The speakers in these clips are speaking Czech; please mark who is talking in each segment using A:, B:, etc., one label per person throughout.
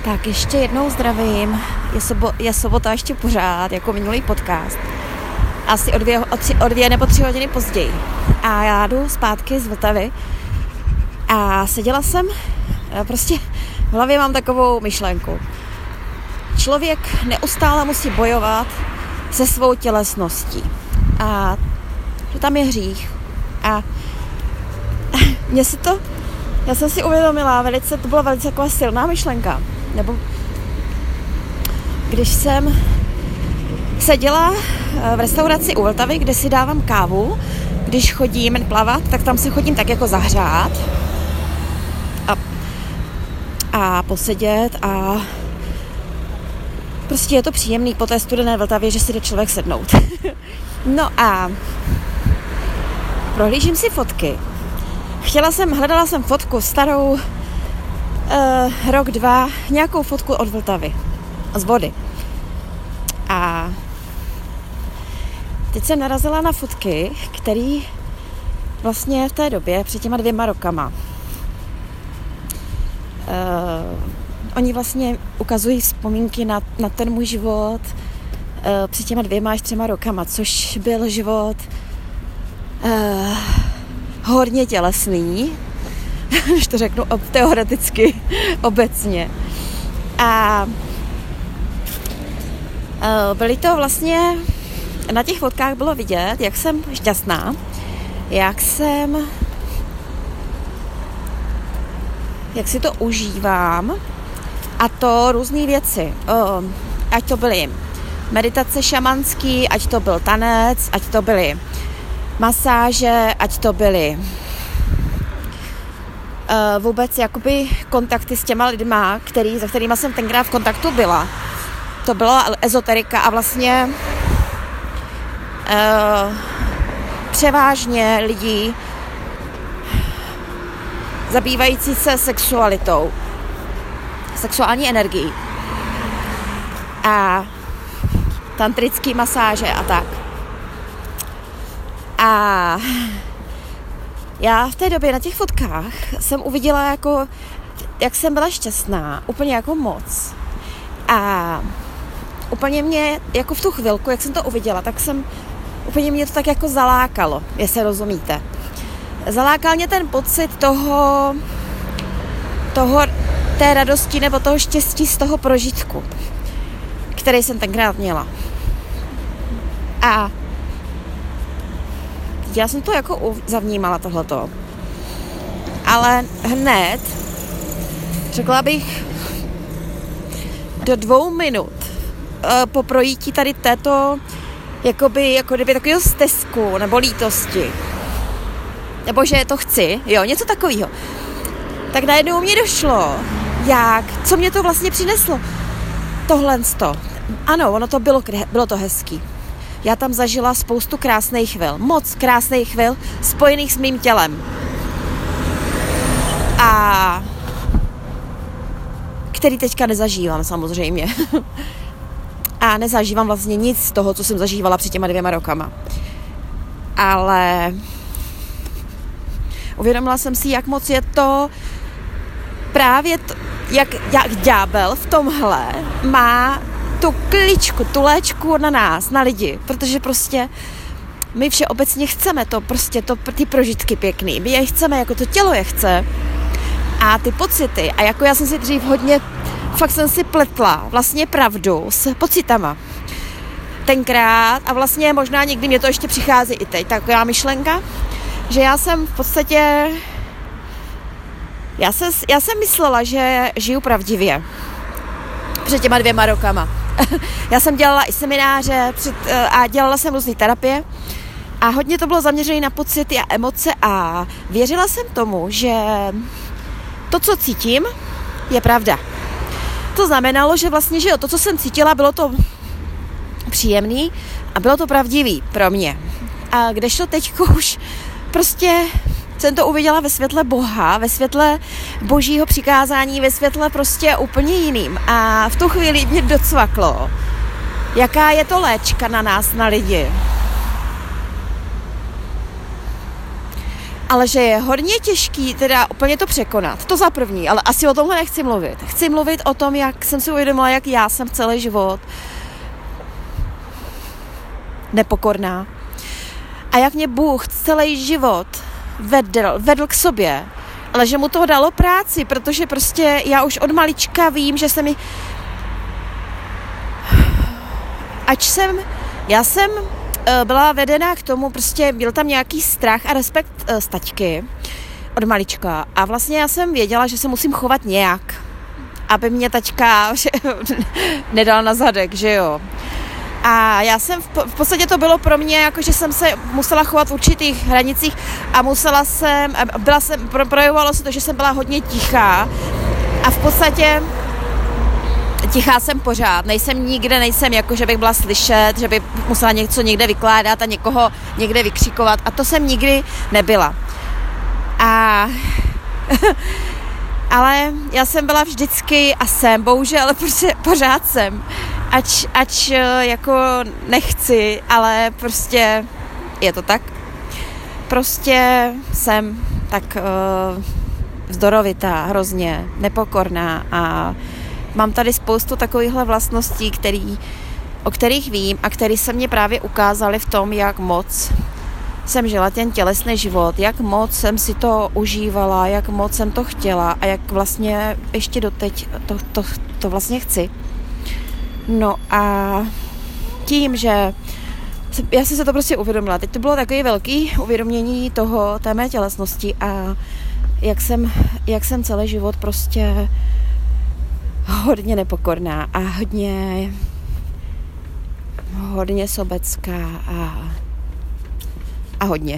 A: Tak ještě jednou zdravím. Je sobota ještě pořád, jako minulý podcast. Asi o 2 nebo 3 hodiny později. A já jdu zpátky z Vltavy. A seděla jsem, prostě v hlavě mám takovou myšlenku. Člověk neustále musí bojovat se svou tělesností. A že tam je hřích. A já jsem si uvědomila, to byla velice taková silná myšlenka. Nebo když jsem seděla v restauraci u Vltavy, kde si dávám kávu, když chodím plavat, tak tam se chodím tak jako zahřát a posedět a prostě je to příjemný po té studené Vltavě, že si jde člověk sednout. No a prohlížím si fotky. Hledala jsem fotku starou, rok, 2, nějakou fotku od Vltavy, z vody. A teď jsem narazila na fotky, které vlastně v té době, před těma 2 rokama, oni vlastně ukazují vzpomínky na ten můj život před těma 2 až 3 rokama, což byl život hodně tělesný, když to řeknu teoreticky, obecně. A byly to vlastně, na těch fotkách bylo vidět, jak jsem šťastná, jak si to užívám, a to různé věci. Ať to byly meditace šamanský, ať to byl tanec, ať to byly masáže, ať to byly vůbec jakoby kontakty s těma lidma, za kterýma jsem tenkrát v kontaktu byla. To byla ezoterika a vlastně převážně lidí zabývající se sexualitou, sexuální energií a tantrický masáže a tak. A já v té době na těch fotkách jsem uviděla, jako, jak jsem byla šťastná, úplně jako moc. A úplně mě, jako v tu chvilku, jak jsem to uviděla, úplně mě to tak jako zalákalo, jestli rozumíte. Zalákal mě ten pocit té radosti nebo toho štěstí z toho prožitku, který jsem tenkrát měla. A já jsem to jako zavnímala tohleto. Ale hned, řekla bych, do 2 minut po projítí tady této jako kdyby takového stesku nebo lítosti, nebo že to chci, něco takového, tak najednou mě došlo, co mě to vlastně přineslo. Tohlensto. Ano, ono to bylo to hezký. Já tam zažila spoustu krásných chvil, moc krásných chvil, spojených s mým tělem. A který teďka nezažívám samozřejmě. A nezažívám vlastně nic z toho, co jsem zažívala před těma 2 rokama. Ale uvědomila jsem si, jak moc je to právě jak ďábel v tomhle má tu kličku, tu léčku na nás, na lidi, protože prostě my všeobecně chceme ty prožitky pěkný, my je chceme, jako to tělo je chce a ty pocity, a jako já jsem si dřív fakt jsem si pletla vlastně pravdu s pocitama tenkrát a vlastně možná někdy mě to ještě přichází i teď, taková myšlenka, že já jsem v podstatě já jsem myslela, že žiju pravdivě před těma 2 rokama. Já jsem dělala i semináře a dělala jsem různé terapie a hodně to bylo zaměřené na pocity a emoce a věřila jsem tomu, že to, co cítím, je pravda. To znamenalo, že vlastně, že to, co jsem cítila, bylo to příjemný a bylo to pravdivý pro mě. A kdežto teďko už prostě jsem to uviděla ve světle Boha, ve světle božího přikázání, ve světle prostě úplně jiným. A v tu chvíli mě docvaklo, jaká je to léčka na nás, na lidi. Ale že je hodně těžký teda úplně to překonat, to za první, ale asi o tomhle nechci mluvit. Chci mluvit o tom, jak jsem si uvědomila, jak já jsem celý život nepokorná a jak mě Bůh celý život vedl k sobě, ale že mu toho dalo práci, protože prostě já už od malička vím, že se mi... Já jsem byla vedená k tomu, prostě byl tam nějaký strach a respekt z taťky od malička a vlastně já jsem věděla, že se musím chovat nějak, aby mě taťka nedal na zadek, že jo. A já jsem, v podstatě to bylo pro mě, jako že jsem se musela chovat v určitých hranicích a projevovalo se to, že jsem byla hodně tichá a v podstatě tichá jsem pořád, nejsem jako, že bych byla slyšet, že bych musela něco někde vykládat a někoho někde vykřikovat a to jsem nikdy nebyla. Ale já jsem byla vždycky a jsem, bohužel, protože pořád jsem. Ač jako nechci, ale prostě je to tak. Prostě jsem tak vzdorovitá, hrozně nepokorná a mám tady spoustu takovýchhle vlastností, o kterých vím a které se mě právě ukázaly v tom, jak moc jsem žila ten tělesný život, jak moc jsem si to užívala, jak moc jsem to chtěla a jak vlastně ještě doteď to vlastně chci. No a tím, že já jsem se to prostě uvědomila. Teď to bylo takový velký uvědomění té mé tělesnosti a jak jsem celý život prostě hodně nepokorná a hodně sobecká a hodně.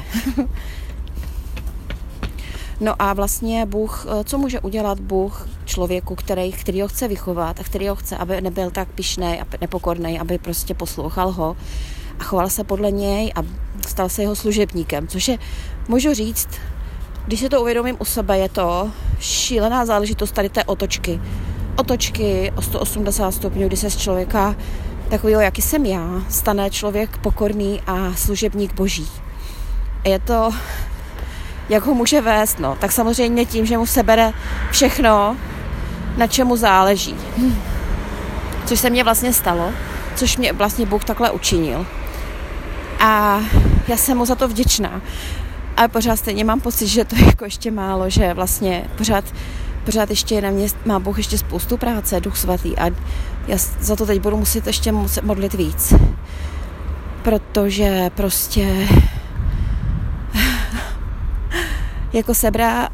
A: No a vlastně Bůh, co může udělat Bůh člověku, který ho chce vychovat a který ho chce, aby nebyl tak pyšnej a nepokornej, aby prostě poslouchal ho a choval se podle něj a stal se jeho služebníkem, což je, můžu říct, když se to uvědomím u sebe, je to šílená záležitost tady té otočky o 180 stupňů, kdy se z člověka takového, jaký jsem já, stane člověk pokorný a služebník Boží. Je to, jak ho může vést, no, tak samozřejmě tím, že mu sebere všechno, na čemu záleží. Což se mně vlastně stalo, což mě vlastně Bůh takhle učinil. A já jsem mu za to vděčná. Ale pořád stejně mám pocit, že to je jako ještě málo, že vlastně pořád ještě na mě má Bůh ještě spoustu práce, Duch Svatý, a já za to teď budu muset ještě modlit víc. Protože prostě jako sebra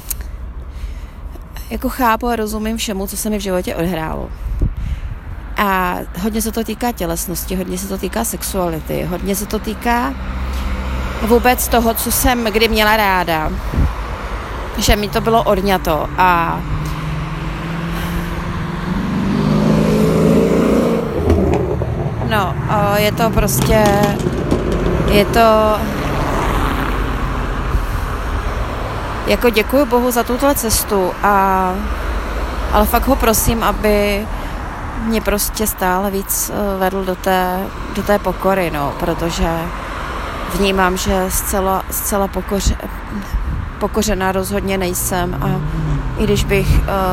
A: jako chápu a rozumím všemu, co se mi v životě odehrálo. A hodně se to týká tělesnosti, hodně se to týká sexuality, hodně se to týká vůbec toho, co jsem kdy měla ráda. Že mi to bylo odňato a no, je to prostě, jako děkuju Bohu za tuhle cestu, ale fakt ho prosím, aby mě prostě stále víc vedl do té pokory, no, protože vnímám, že zcela pokořená rozhodně nejsem a i když bych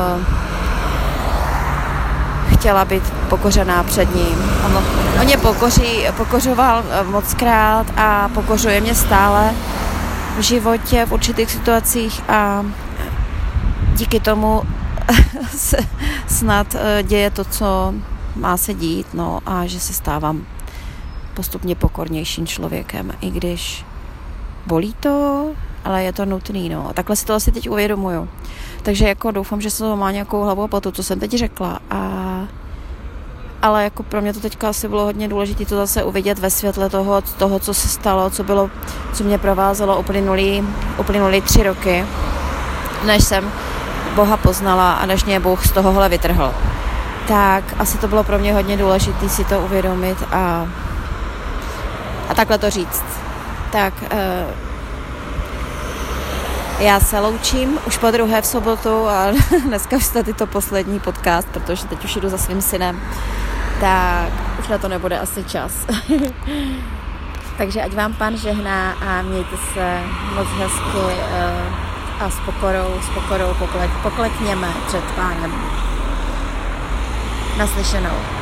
A: chtěla být pokořená před ním. On mě pokořoval mockrát a pokořuje mě stále v životě, v určitých situacích a díky tomu se snad děje to, co má se dít, no, a že se stávám postupně pokornějším člověkem, i když bolí to, ale je to nutný, no. Takhle si to asi teď uvědomuju. Takže jako doufám, že se to má nějakou hlavu a patu, co jsem teď řekla. Ale jako pro mě to teďka asi bylo hodně důležité to zase uvidět ve světle toho, co se stalo, co mě provázelo uplynulý 3 roky, než jsem Boha poznala a než mě Bůh z tohohle vytrhl. Tak asi to bylo pro mě hodně důležité si to uvědomit a takhle to říct. Tak já se loučím už po druhé v sobotu a dneska už tady to poslední podcast, protože teď už jdu za svým synem, tak už na to nebude asi čas. Takže ať vám Pán žehná a mějte se moc hezky a s pokorou poklekněme před Pánem. Naslyšenou.